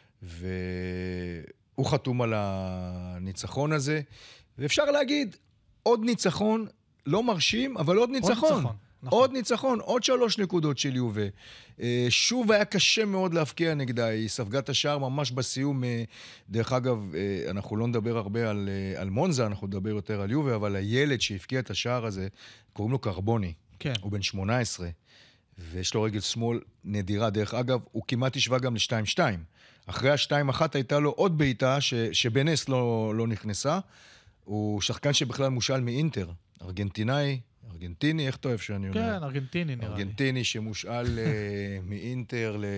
והוא חתום על הניצחון הזה, ואפשר להגיד, עוד ניצחון, לא מרשים, אבל עוד ניצחון. ניצחון, נכון. עוד ניצחון, עוד שלוש נקודות של יובה. אה, שוב היה קשה מאוד להפקיע נגדה, היא ספגה את השער ממש בסיום. אה, דרך אגב, אה, אנחנו לא נדבר הרבה על, אה, על מונזה, אנחנו נדבר יותר על יובה, אבל הילד שהפקיע את השער הזה, קוראים לו קרבוני. כן. הוא בן שמונה עשרה, ויש לו רגל שמאל נדירה. דרך אגב, הוא כמעט השווה גם ל-שתיים שתיים. אחרי ה-שתיים אחת הייתה לו עוד בעיטה ש- שבנס לא, לא נכנסה. הוא שחקן שבכלל מושל מאינטר, ארגנטינאי, ארגנטיני, איך אתה אוהב שאני אומר? כן, ארגנטיני נראה לי. ארגנטיני שמושאל מאינטר ל...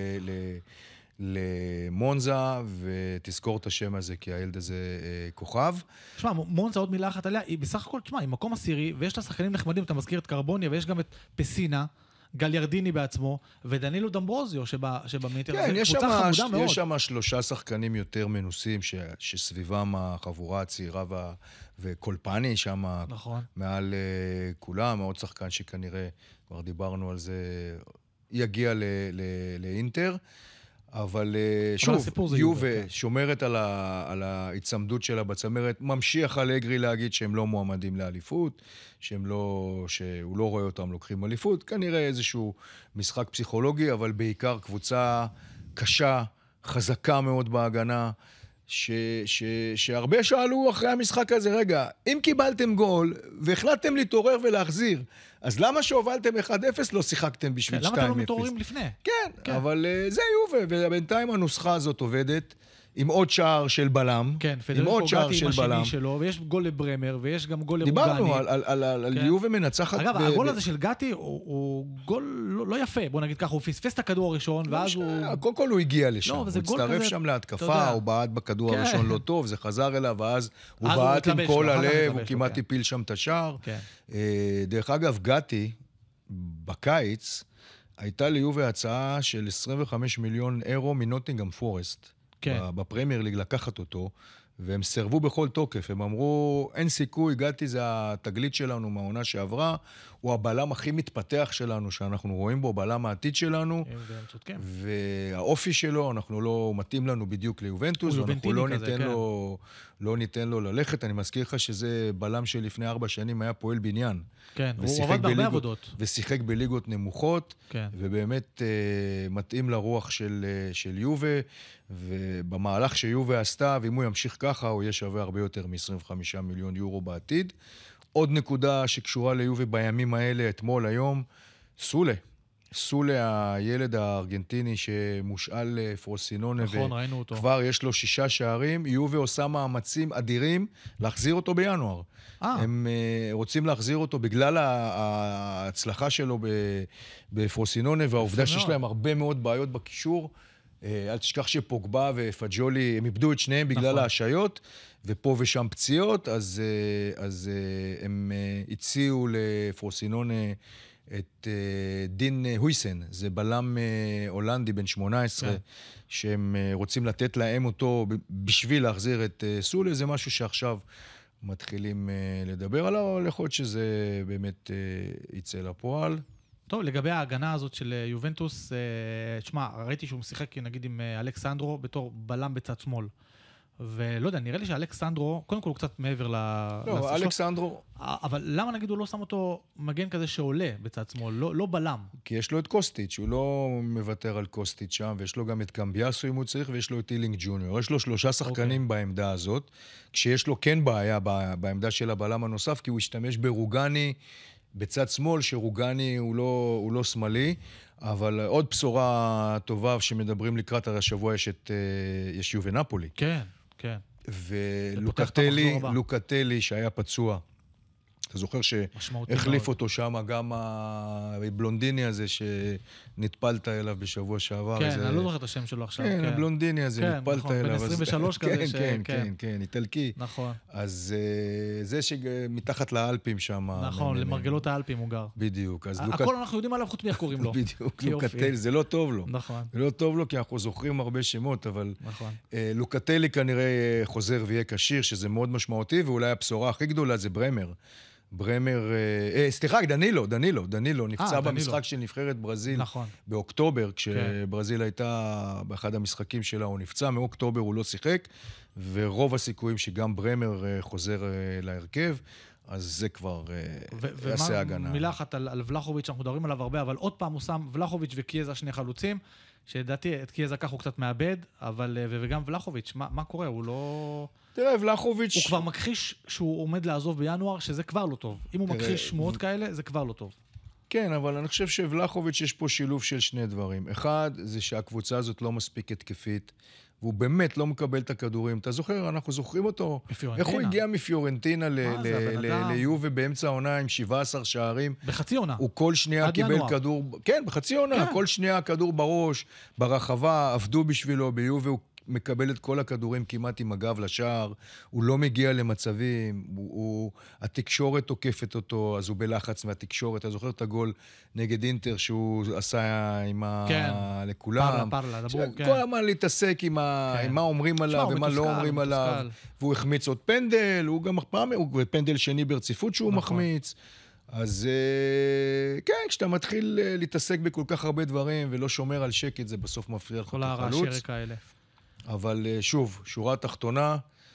למונזה, ותזכור את השם הזה, כי הילד הזה כוכב. תשמע, מונזה עוד מילה אחת עליה, היא בסך הכל, תשמע, היא מקום עשירי, ויש לה שחקנים נחמדים, אתה מזכיר את קרבוניה, ויש גם את פסינה, גליארדיני בעצמו, ודנילו דמברוזיו, שבמינטר כן, יש שם, יש שם שלושה שחקנים יותר מנוסים, ש, שסביבם החבורה הצעירה וה, וקולפני שם, נכון. מעל uh, כולם, מאוד שחקן שכנראה, כבר דיברנו על זה, יגיע ל, ל, לאינטר, אבל uh, שוב, יובה שומרת על, ה, על ההצמדות שלה בצמרת, ממשיך אלגרי להגיד שהם לא מועמדים לאליפות, שהם לא, שהוא לא רואה אותם לוקחים אליפות, כנראה איזשהו משחק פסיכולוגי, אבל בעיקר קבוצה קשה, חזקה מאוד בהגנה, ש, ש, שהרבה שאלו אחרי המשחק הזה, רגע, אם קיבלתם גול והחלטתם להתעורר ולהחזיר, אז למה שהובלתם אחד אפס לא שיחקתם בשביל שתיים אפס? למה אתם לא מתעוררים לפני? כן, כן. אבל uh, זה יובה, ובינתיים הנוסחה הזאת עובדת, עם עוד שער של בלם, כן, פדריקו גטי עם השני שלו, ויש גול לברמר, ויש גם גול לרוגני. דיברנו על, על, על, על כן. יובה מנצחת... אגב, ב- הגול ב- הזה של גטי הוא, הוא גול לא, לא יפה, בוא נגיד ככה, הוא פספס את הכדור הראשון, לא ואז ש... הוא... קודם כל הוא הגיע לשם, לא, הוא הצטרף כזה, שם להתקפה, הוא בעט בכדור כן. הראשון לא טוב, זה חזר אליו, ואז הוא בעט עם כל לו, הלב, הוא כמעט כן. הפיל שם את השער. כן. דרך אגב, גטי, בקיץ, הייתה ליובה הצעה של עשרים וחמישה מיליון אירו מנוטינגהאם פורסט. כן. בפרמייר ליג לקחת אותו, והם סרבו בכל תוקף. הם אמרו, אין סיכוי, גטי זה התגלית שלנו מהעונה שעברה, הוא הבלם הכי מתפתח שלנו, שאנחנו רואים בו, בלם העתיד שלנו, והאופי שלו, אנחנו לא מתאים לנו בדיוק ליובנטוס, ואנחנו לא ניתן, כזה, לו, כן. לא ניתן לו ללכת. אני מזכיר לך שזה בלם שלפני ארבע שנים היה פועל בניין. כן, הוא עבד בהרבה עבודות. ושיחק בליגות נמוכות, כן. ובאמת uh, מתאים לרוח של, uh, של יובה, ובמהלך שיובה עשתה, ואם הוא ימשיך ככה, הוא יהיה שווה הרבה יותר מ-עשרים וחמישה מיליון יורו בעתיד. עוד נקודה שקשורה ליובה בימים האלה, אתמול, היום, סולה. סולה, הילד הארגנטיני שמושאל לפרוסינונה, נכון, ראינו אותו. וכבר יש לו שישה שערים, יובה עושה מאמצים אדירים להחזיר אותו בינואר. 아. הם uh, רוצים להחזיר אותו בגלל ההצלחה שלו בפרוסינונה, והעובדה שיש להם הרבה מאוד בעיות בקישור. Uh, אל תשכח שפוגבה ופג'ולי, הם איבדו את שניהם בגלל נכון. ההשעיות, ופה ושם פציעות, אז, uh, אז uh, הם uh, הציעו לפרוסינונה את uh, דין הויסן, זה בלם uh, הולנדי בן שמונה עשרה, כן. שהם uh, רוצים לתת להם אותו בשביל להחזיר את uh, סולה, זה משהו שעכשיו מתחילים uh, לדבר עליו, אבל יכול להיות שזה באמת uh, יצא לפועל. טוב, לגבי ההגנה הזאת של יובנטוס, uh, תשמע, ראיתי שהוא משחק נגיד עם uh, אלכסנדרו בתור בלם בצד שמאל. ולא יודע, נראה לי שאלכסנדרו, קודם כל הוא קצת מעבר ל... לא, אלכסנדרו... אבל למה נגיד הוא לא שם אותו מגן כזה שעולה בצד שמאל, לא, לא בלם? כי יש לו את קוסטיץ', הוא לא מוותר על קוסטיץ' שם, ויש לו גם את קמביאסו אם הוא צריך, ויש לו את אילינג ג'וניור. יש לו שלושה שחקנים okay. בעמדה הזאת, כשיש לו כן בעיה בעמדה של הבלם הנוסף, כי הוא השתמש ברוגני בצד שמאל, שרוגני הוא לא, הוא לא שמאלי, אבל עוד בשורה טובה שמדברים לקראת, הרי השבוע יש את יש יובה נפולי. כן. כן. ולוקטלי, לוקטלי שהיה פצוע. אתה זוכר שהחליף אותו שם גם הבלונדיני הזה שנטפלת אליו בשבוע שעבר. כן, אני לא זוכר את השם שלו עכשיו. כן, הבלונדיני הזה, נטפלת אליו. בן עשרים ושלוש כזה. כן, כן, כן, איטלקי. נכון. אז זה שמתחת לאלפים שם. נכון, למרגלות האלפים הוא גר. בדיוק. הכל אנחנו יודעים עליו חוץ מאיך קוראים לו. בדיוק, לוקטלי, זה לא טוב לו. נכון. זה לא טוב לו כי אנחנו זוכרים הרבה שמות, אבל לוקטלי כנראה חוזר ויהיה כשיר, שזה מאוד משמעותי, ואולי הבשורה הכי גדולה זה ברמר. ברמר, אה, סליחה, דנילו, דנילו, דנילו, נפצע 아, במשחק דנילו. של נבחרת ברזיל נכון. באוקטובר, כשברזיל כן. הייתה באחד המשחקים שלה, הוא נפצע, מאוקטובר הוא לא שיחק, ורוב הסיכויים שגם ברמר אה, חוזר אה, להרכב, אז זה כבר אה, יעשה הגנה. מילה אחת על, על ולחוביץ', אנחנו מדברים עליו הרבה, אבל עוד פעם הוא שם ולחוביץ' וקייזה שני חלוצים, שדעתי את קייזה כך הוא קצת מאבד, אבל, וגם ולחוביץ', מה, מה קורה? הוא לא... תראה, ולחוביץ'... הוא כבר מכחיש שהוא עומד לעזוב בינואר, שזה כבר לא טוב. אם הוא תראה, מכחיש שמועות ו... כאלה, זה כבר לא טוב. כן, אבל אני חושב שוולחוביץ' יש פה שילוב של שני דברים. אחד, זה שהקבוצה הזאת לא מספיק התקפית, והוא באמת לא מקבל את הכדורים. אתה זוכר, אנחנו זוכרים אותו. מפיורנטינה. איך הוא הגיע מפיורנטינה ל- מה זה, ל- הבן ל- אדם? ליובה באמצע העונה עם שבעה עשר שערים. בחצי עונה. הוא כל שנייה עד קיבל ינואר. כדור, כן, בחצי עונה, כן. כל שנייה כדור בראש, ברחבה, עבדו בשבילו, ביובה הוא מקבל את כל הכדורים כמעט עם הגב לשער, הוא לא מגיע למצבים, הוא, הוא, התקשורת תוקפת אותו, אז הוא בלחץ מהתקשורת. אתה זוכר את הגול נגד אינטר שהוא עשה עם ה... כן. לכולם? פרלה, פרלה, דברו, כן. כל הזמן להתעסק עם, ה... כן. עם מה אומרים עליו הוא ומה לא מתוסכל, אומרים הוא עליו, מתוסכל. והוא החמיץ עוד פנדל, הוא גם פעם, הוא פנדל שני ברציפות שהוא נכון. מחמיץ. אז כן, כשאתה מתחיל להתעסק בכל כך הרבה דברים ולא שומר על שקט, זה בסוף מפריע לך כל כחלוץ. הרעשי רקע האלה. אבל שוב, שורה תחתונה,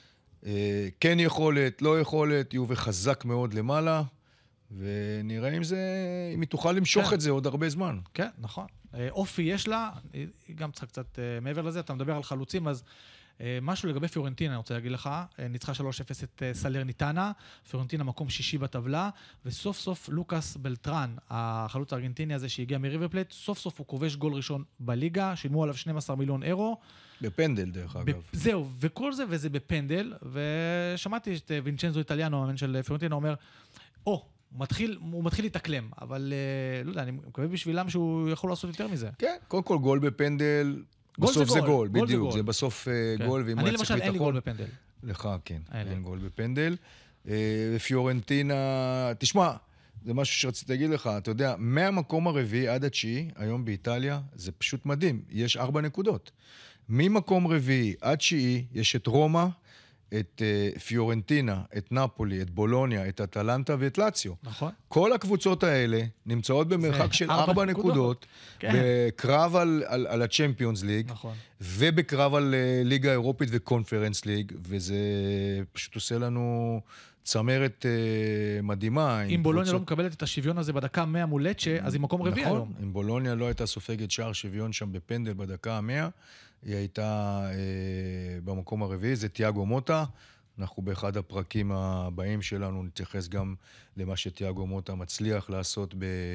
כן יכולת, לא יכולת, יובה חזק מאוד למעלה, ונראה אם זה, אם היא תוכל למשוך כן. את זה עוד הרבה זמן. כן, נכון. אופי יש לה, היא גם צריכה קצת מעבר לזה, אתה מדבר על חלוצים, אז משהו לגבי פיורנטינה, אני רוצה להגיד לך, ניצחה שלוש אפס את סלרניטנה, פיורנטינה מקום שישי בטבלה, וסוף סוף לוקאס בלטרן, החלוץ הארגנטיני הזה שהגיע מריבר פלייט, סוף סוף הוא כובש גול ראשון בליגה, שילמו עליו שנים עשר מיליון אירו. בפנדל, דרך אגב. זהו, וכל זה, וזה בפנדל, ושמעתי את וינצ'נזו איטליאנו, המאמן של פיורנטינה, אומר, או, הוא מתחיל, הוא מתחיל להתאקלם, אבל לא יודע, אני מקווה בשבילם שהוא יכול לעשות יותר מזה. כן, קודם כל גול בפנדל, גול בסוף זה זה גול, גול, גול זה בדיוק, גול. זה בסוף כן. גול, ואם הוא אני היה צריך למשל אין לי ביטחון... גול בפנדל. לך כן, אין לי. אין גול בפנדל. ופיורנטינה, תשמע, זה משהו שרציתי להגיד לך, אתה יודע, מהמקום הרביעי עד התשיעי, היום באיטליה, זה פשוט מדהים, יש ארבע נקודות. ממקום רביעי עד תשיעי, יש את רומא, את uh, פיורנטינה, את נפולי, את בולוניה, את אטלנטה ואת לאציו. נכון. כל הקבוצות האלה נמצאות במרחק של ארבע ארבע נקודות. נקודות, כן. בקרב על, על, על הצ'מפיונס ליג, נכון. ובקרב על uh, ליגה אירופית וקונפרנס ליג, וזה פשוט עושה לנו צמרת uh, מדהימה. אם בולוניה קבוצות... לא מקבלת את השוויון הזה בדקה מאה מול לצ'ה, אז היא מקום רביעי נכון, היום. אם בולוניה לא הייתה סופגת שער שוויון שם בפנדל בדקה המאה, היא הייתה אה, במקום הרביעי, זה תיאגו מוטה. אנחנו באחד הפרקים הבאים שלנו נתייחס גם למה שתיאגו מוטה מצליח לעשות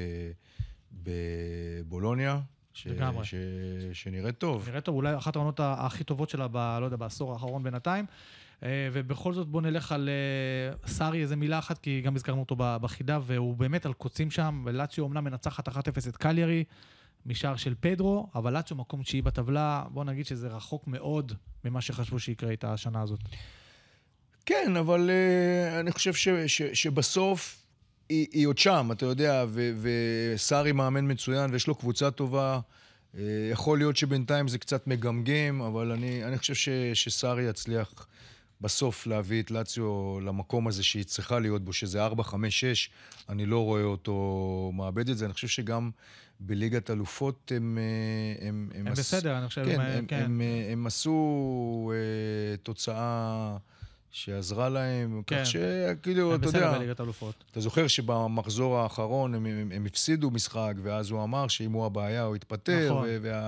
בבולוניה. ש... לגמרי. ש... שנראית טוב. נראית טוב, אולי אחת העונות הכי טובות שלה, ב, לא יודע, בעשור האחרון בינתיים. ובכל זאת בוא נלך על סארי, איזה מילה אחת, כי גם הזכרנו אותו בחידה, והוא באמת על קוצים שם, ולאציו אומנם מנצחת אחת אפס את קליירי, משער של פדרו, אבל לאציו מקום תשיעי בטבלה, בוא נגיד שזה רחוק מאוד ממה שחשבו שיקרה איתה השנה הזאת. כן, אבל uh, אני חושב ש, ש, שבסוף היא, היא עוד שם, אתה יודע, ו, וסארי מאמן מצוין, ויש לו קבוצה טובה, uh, יכול להיות שבינתיים זה קצת מגמגם, אבל אני, אני חושב ש, שסארי יצליח בסוף להביא את לאציו למקום הזה שהיא צריכה להיות בו, שזה ארבע, חמש, שש, אני לא רואה אותו מאבד את זה, אני חושב שגם בליגת אלופות הם... הם, הם, הם עש... בסדר, אני חושב... כן, הם, הם, כן. הם, הם עשו uh, תוצאה שעזרה להם, כן. כך שכאילו, הם אתה בסדר יודע... בליגת אלופות. אתה זוכר שבמחזור האחרון הם, הם, הם הפסידו משחק, ואז הוא אמר שאם הוא הבעיה הוא התפטר, נכון.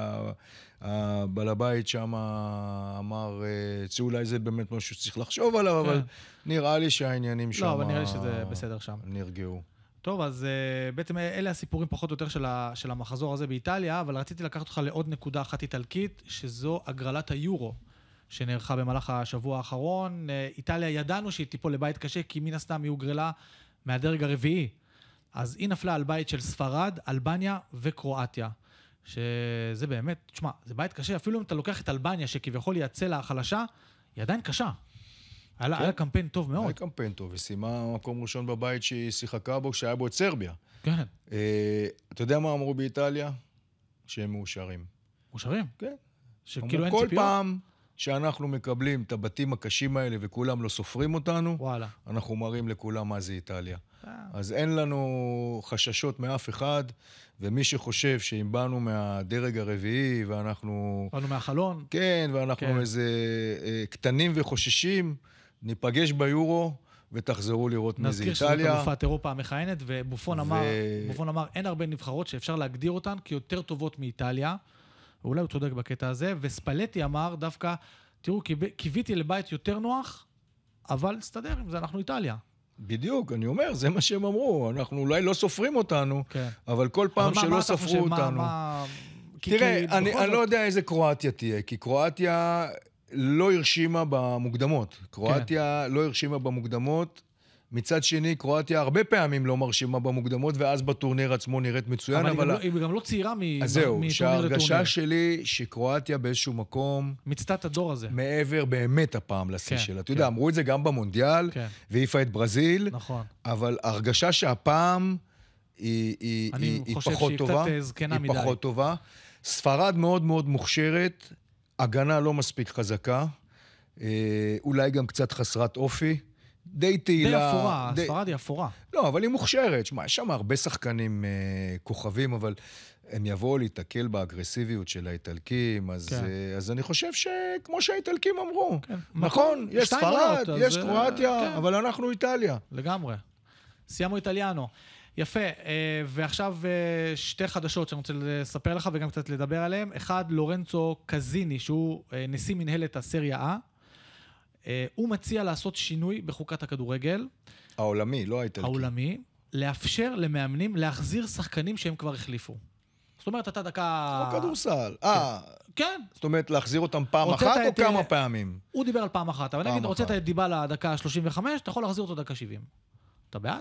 והבעל הבית שם אמר, שאולי זה באמת משהו שצריך לחשוב עליו, כן. אבל נראה לי שהעניינים שם... לא, אבל נראה לי שזה בסדר שם. נרגעו. טוב, אז uh, בעצם אלה הסיפורים פחות או יותר של, ה, של המחזור הזה באיטליה, אבל רציתי לקחת אותך לעוד נקודה אחת איטלקית, שזו הגרלת היורו, שנערכה במהלך השבוע האחרון. איטליה ידענו שהיא תיפול לבית קשה, כי מן הסתם היא הוגרלה מהדרג הרביעי. אז היא נפלה על בית של ספרד, אלבניה וקרואטיה. שזה באמת, תשמע, זה בית קשה, אפילו אם אתה לוקח את אלבניה, שכביכול היא הצלע החלשה, היא עדיין קשה. היה לה קמפיין טוב מאוד. היה קמפיין טוב, וסיימה מקום ראשון בבית שהיא שיחקה בו, כשהיה בו את סרביה. כן. אתה יודע מה אמרו באיטליה? שהם מאושרים. מאושרים? כן. שכאילו אין כל ציפיות? פעם שאנחנו מקבלים את הבתים הקשים האלה וכולם לא סופרים אותנו, וואלה. אנחנו מראים לכולם מה זה איטליה. אה. אז אין לנו חששות מאף אחד, ומי שחושב שאם באנו מהדרג הרביעי ואנחנו... באנו מהחלון. כן, ואנחנו כן. איזה אה, קטנים וחוששים, ניפגש ביורו ותחזרו לראות מי זה נזכיר איטליה. שזאת אלופת אירופה המכהנת, ובופון ו- אמר, בופון אמר, אין הרבה נבחרות שאפשר להגדיר אותן כיותר טובות מאיטליה, ואולי הוא צודק בקטע הזה, וספלטי אמר דווקא, תראו, קיב- קיוויתי לבית יותר נוח, אבל תסתדר עם זה, אנחנו איטליה. בדיוק, אני אומר, זה מה שהם אמרו. אנחנו אולי לא סופרים אותנו, כן. אבל כל פעם אבל מה- שלא מה אתה ספרו חושב? מה- אותנו... מה- תראה, אני, אני לא יודע איזה קרואטיה תהיה, כי קרואטיה לא הרשימה במוקדמות. קרואטיה כן. לא הרשימה במוקדמות. מצד שני, קרואטיה הרבה פעמים לא מרשימה במוקדמות, ואז בטורניר עצמו נראית מצוין, אבל... אבל היא גם, לא, גם לא צעירה מטורניר לטורניר. אז זהו, שההרגשה שלי שקרואטיה באיזשהו מקום... מצטת הדור הזה. מעבר באמת הפעם לשיא כן, שלה. אתה כן. יודע, אמרו את זה גם במונדיאל, כן. והעיפה את ברזיל, נכון. אבל ההרגשה שהפעם היא, היא, היא, היא פחות טובה. אני חושב שהיא קצת זקנה מדי. היא פחות טובה. ספרד מאוד מאוד מוכשרת, הגנה לא מספיק חזקה, אולי גם קצת חסרת אופי. די תהילה... די אפורה, די... ספרד היא אפורה. לא, אבל היא מוכשרת. שמה, יש שם הרבה שחקנים אה, כוכבים, אבל הם יבואו להתקל באגרסיביות של האיטלקים, אז, כן. אה, אז אני חושב שכמו שהאיטלקים אמרו, כן. נכון, יש ספרד, עונות, יש קרואטיה, כן. אבל אנחנו איטליה. לגמרי. סיימו איטליאנו. יפה, ועכשיו שתי חדשות שאני רוצה לספר לך וגם קצת לדבר עליהן. אחד, לורנצו קזיני, שהוא נשיא מנהלת הסריה A, הוא מציע לעשות שינוי בחוקת הכדורגל. העולמי, לא האיטלקי. העולמי, לאפשר למאמנים להחזיר שחקנים שהם כבר החליפו. זאת אומרת, אתה דקה... או כדורסל. אה, כן. זאת אומרת, להחזיר אותם פעם אחת או כמה פעמים? הוא דיבר על פעם אחת, אבל נגיד, רוצית את דיבה לדקה שלושים וחמש, אתה יכול להחזיר אותו דקה שבעים. אתה בעד?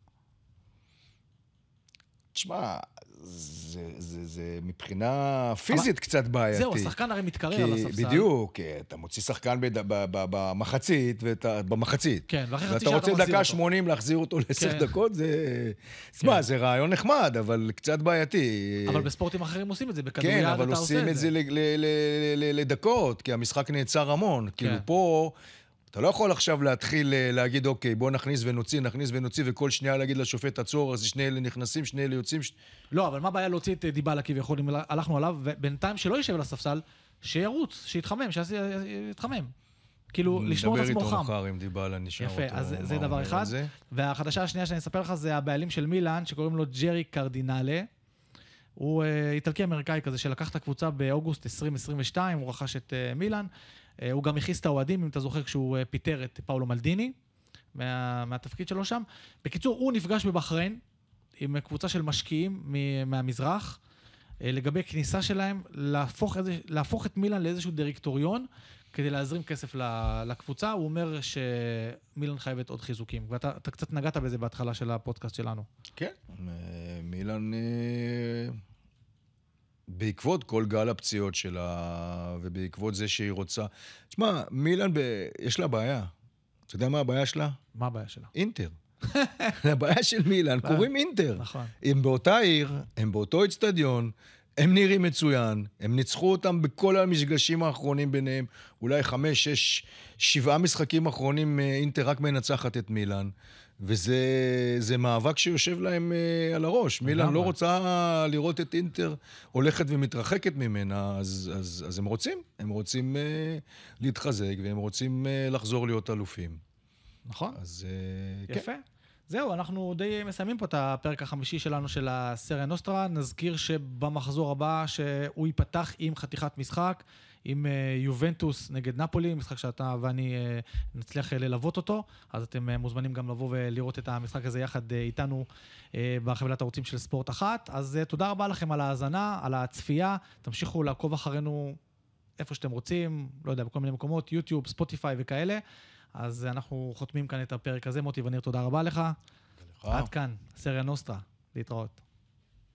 תשמע, זה, זה, זה מבחינה פיזית קצת בעייתי. זהו, השחקן הרי מתקרר על הספסל. בדיוק, אתה מוציא שחקן במחצית, במחצית. כן, ואחרי חצי שעה אתה רוצה דקה שמונים להחזיר אותו לעשר דקות, זה... תשמע, זה רעיון נחמד, אבל קצת בעייתי. אבל בספורטים אחרים עושים את זה, בכדוריד אתה עושה את זה. כן, אבל עושים את זה לדקות, כי המשחק נעצר המון. כאילו פה... אתה לא יכול עכשיו להתחיל להגיד, אוקיי, בוא נכניס ונוציא, נכניס ונוציא, וכל שנייה להגיד לשופט עצור, אז שני אלה נכנסים, שני אלה יוצאים. לא, אבל מה הבעיה להוציא את דיבלה כביכול, אם הלכנו עליו, ובינתיים שלא יישב על הספסל, שירוץ, שיתחמם, שיתחמם. כאילו, לשמור את עצמו חם. נדבר איתו מחר עם דיבלה, נשאר אותו. יפה, אז זה דבר אחד. והחדשה השנייה שאני אספר לך, זה הבעלים של מילאן, שקוראים לו ג'רי קרדינלה. הוא איטלקי אמריקאי כזה, שלקח את הקבוצה באוגוסט עשרים עשרים ושתיים, הוא רכש את מילאן. הוא גם הכיס את האוהדים, אם אתה זוכר, כשהוא פיטר את פאולו מלדיני, מה, מהתפקיד שלו שם. בקיצור, הוא נפגש בבחריין, עם קבוצה של משקיעים מהמזרח, לגבי כניסה שלהם, להפוך, איזה, להפוך את מילאן לאיזשהו דירקטוריון, כדי להזרים כסף לקבוצה. הוא אומר שמילאן חייבת עוד חיזוקים, ואתה אתה קצת נגעת בזה בהתחלה של הפודקאסט שלנו. כן, מילאן... בעקבות כל גל הפציעות שלה, ובעקבות זה שהיא רוצה... תשמע, מילאן, ב... יש לה בעיה. אתה יודע מה הבעיה שלה? מה הבעיה שלה? אינטר. הבעיה של מילאן, קוראים אינטר. נכון. הם באותה עיר, הם באותו אצטדיון, הם נראים מצוין, הם ניצחו אותם בכל המשגשים האחרונים ביניהם, אולי חמש, שש, שבעה משחקים האחרונים, אינטר רק מנצחת את מילאן. וזה זה מאבק שיושב להם uh, על הראש. מילאן לא רוצה לראות את אינטר הולכת ומתרחקת ממנה, אז, אז, אז הם רוצים. הם רוצים uh, להתחזק, והם רוצים uh, לחזור להיות אלופים. נכון. אז uh, יפה. כן. זהו, אנחנו די מסיימים פה את הפרק החמישי שלנו של הסריה נוסטרה. נזכיר שבמחזור הבא שהוא ייפתח עם חתיכת משחק, עם יובנטוס נגד נפולי, משחק שאתה ואני נצליח ללוות אותו, אז אתם מוזמנים גם לבוא ולראות את המשחק הזה יחד איתנו בחבילת הערוצים של ספורט אחת. אז תודה רבה לכם על ההאזנה, על הצפייה, תמשיכו לעקוב אחרינו איפה שאתם רוצים, לא יודע, בכל מיני מקומות, יוטיוב, ספוטיפיי וכאלה. אז אנחנו חותמים כאן את הפרק הזה. מוטי וניר, תודה רבה לך. עד כאן, סריה נוסטרה. להתראות.